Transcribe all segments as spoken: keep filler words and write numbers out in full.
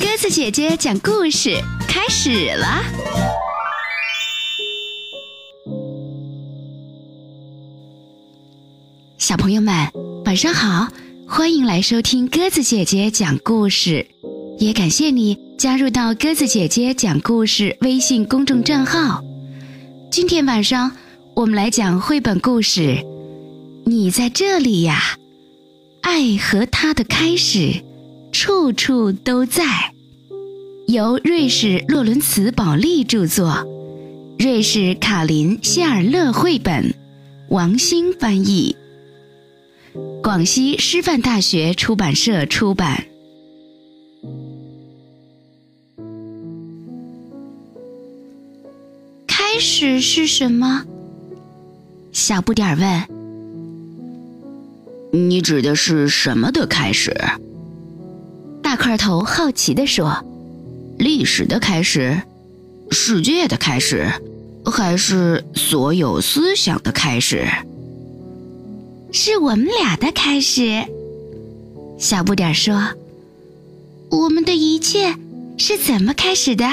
鸽子姐姐讲故事开始了。小朋友们，晚上好，欢迎来收听鸽子姐姐讲故事，也感谢你加入到鸽子姐姐讲故事微信公众账号。今天晚上我们来讲绘本故事，你在这里呀，爱和它的开始处处都在，由瑞士洛伦茨保利著作，瑞士卡林谢尔勒绘本，王欣翻译，广西师范大学出版社出版。开始是什么？小不点儿问。 你指的是什么的开始？ 大块头好奇地说。 历史的开始？世界的开始？还是所有思想的开始？ 是我们俩的开始。小不点儿说。我们的一切是怎么开始的？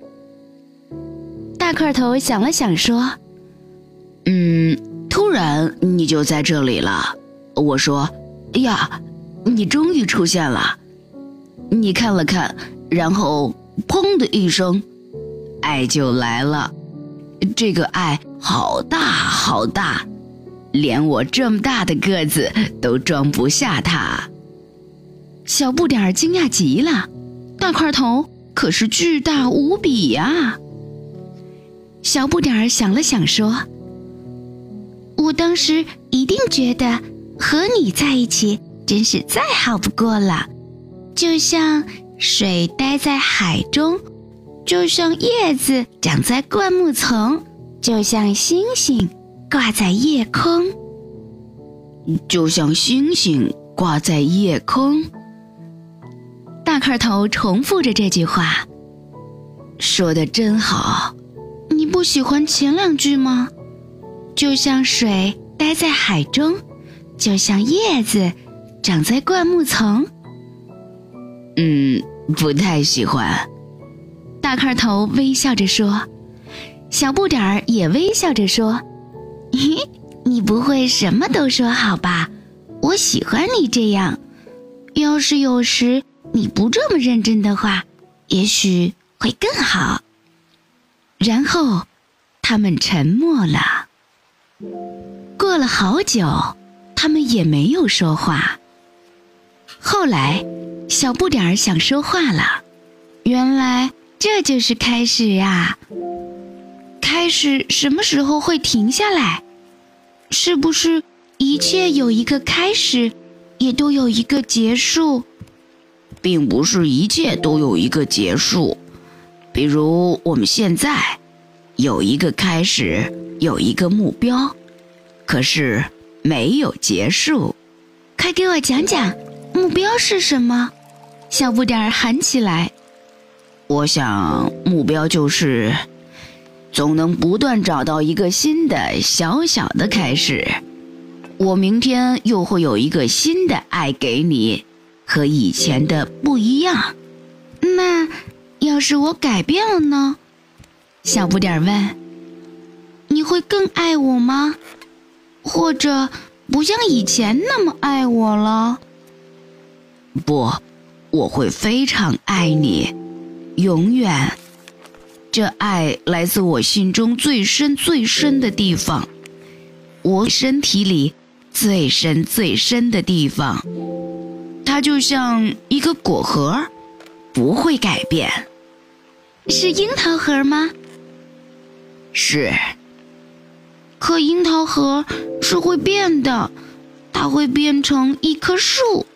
大块头想了想说。 嗯，突然你就在这里了。我说，呀，你终于出现了。你看了看，然后砰的一声，爱就来了。这个爱好大好大，连我这么大的个子都装不下它。 小不点儿惊讶极了，大块头可是巨大无比呀。小不点儿想了想说，我当时一定觉得和你在一起真是再好不过了，就像水待在海中，就像叶子长在灌木丛，就像星星挂在夜空。 就像星星挂在夜空。 大块头重复着这句话。 说得真好。 你不喜欢前两句吗？就像水待在海中，就像叶子长在灌木丛。 嗯，不太喜欢。 大块头微笑着说。小不点儿也微笑着说，嘿，你不会什么都说好吧？我喜欢你这样。要是有时你不这么认真的话，也许会更好。然后他们沉默了。过了好久，他们也没有说话。后来小不点儿想说话了。原来这就是开始啊。开始什么时候会停下来？是不是一切有一个开始，也都有一个结束？ 并不是一切都有一个结束。比如我们现在有一个开始，有一个目标，可是没有结束。 快给我讲讲目标是什么？小不点儿喊起来。 我想目标就是总能不断找到一个新的小小的开始。我明天又会有一个新的爱给你，和以前的不一样。 那要是我改变了呢？小不点儿问。你会更爱我吗？或者不像以前那么爱我了？ 不，我会非常爱你，永远。这爱来自我心中最深最深的地方，我身体里最深最深的地方。它就像一个果核，不会改变。 是樱桃核吗？ 是。 可樱桃核是会变的，它会变成一棵树。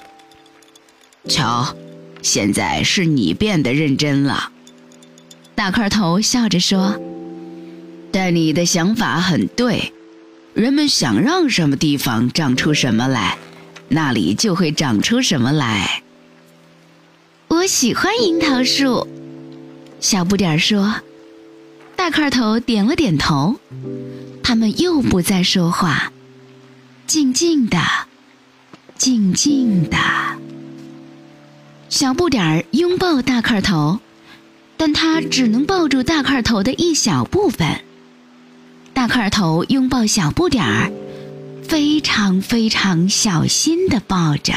瞧，现在是你变得认真了。 大块头笑着说。 但你的想法很对，人们想让什么地方长出什么来，那里就会长出什么来。 我喜欢樱桃树。小不点儿说。大块头点了点头。他们又不再说话，静静的，静静的。 小不点儿拥抱大块头，但他只能抱住大块头的一小部分。大块头拥抱小不点儿，非常非常小心地抱着。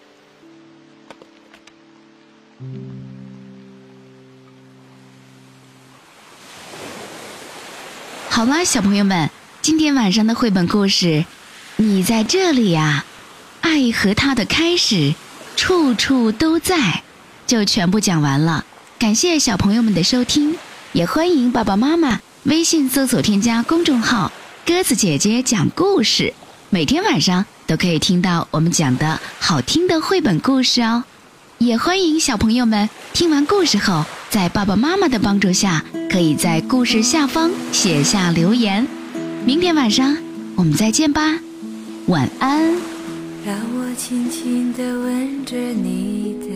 好啦，小朋友们，今天晚上的绘本故事，你在这里呀，爱和它的开始，处处都在，就全部讲完了。感谢小朋友们的收听，也欢迎爸爸妈妈微信搜索添加公众号鸽子姐姐讲故事，每天晚上都可以听到我们讲的好听的绘本故事哦。也欢迎小朋友们听完故事后，在爸爸妈妈的帮助下，可以在故事下方写下留言。明天晚上我们再见吧，晚安。 让我轻轻地吻着你的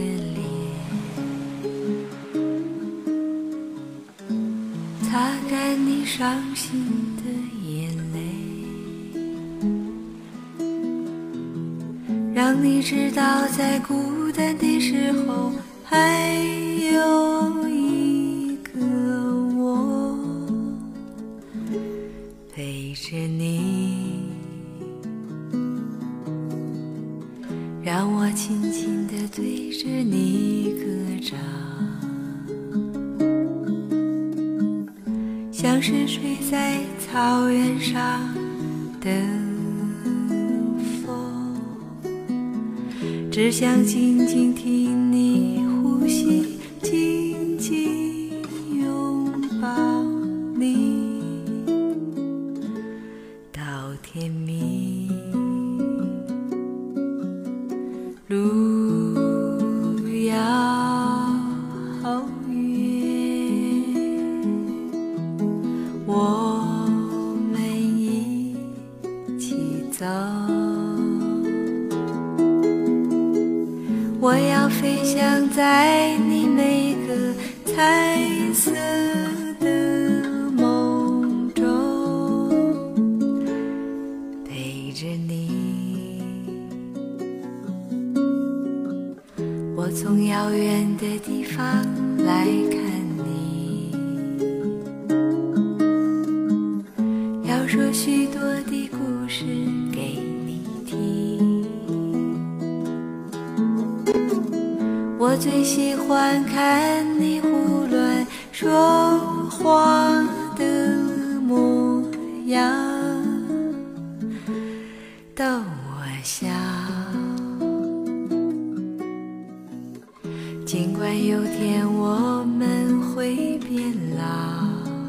脸，擦干你伤心的眼泪，让你知道在孤单的时候还有一个我陪着你，让我轻轻地对着你歌唱，像是睡在草原上的风，只想静静听你呼吸，紧紧拥抱你到天明。路遥远，我们一起走，我要飞翔在你每个彩色的梦中，陪着你。我从遥远的地方来看你，要说许多的故事给你听。我最喜欢看你胡乱说话的模样，逗我笑。尽管有天我们会变老，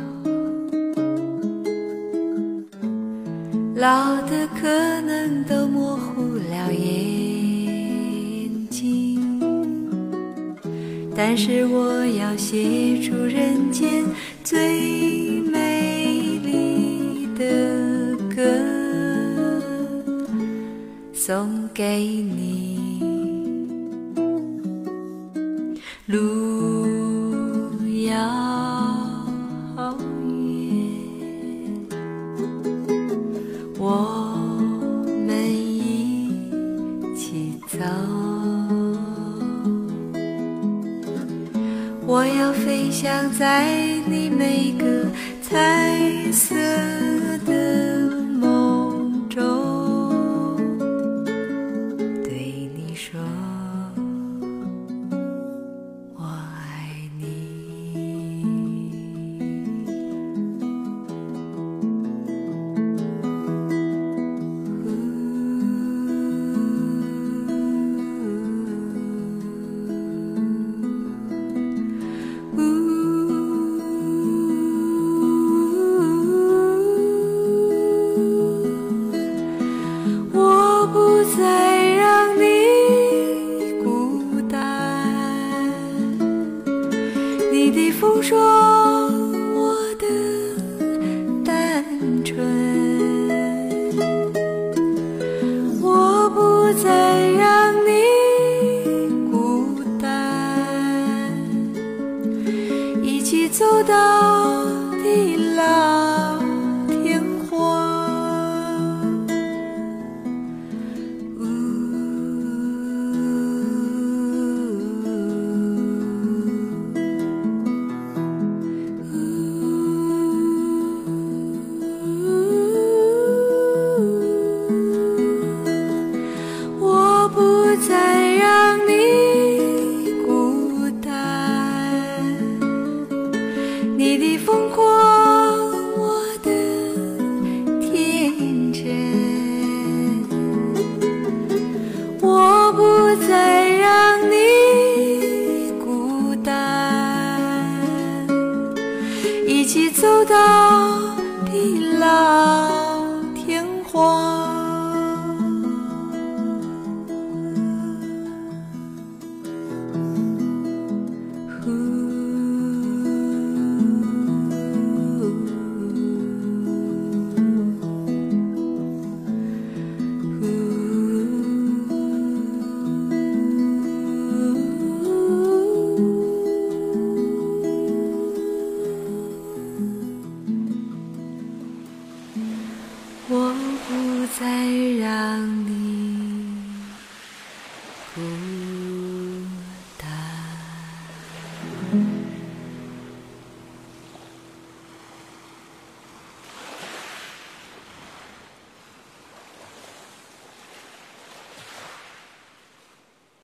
老的可能都模糊了眼睛，但是我要写出人间最美丽的歌，送给你。路遥远，我们一起走，我要飞翔在你每个彩色的梦中，对你说风说我的单纯，我不再让你孤单，一起走到地老天荒。呜再让你孤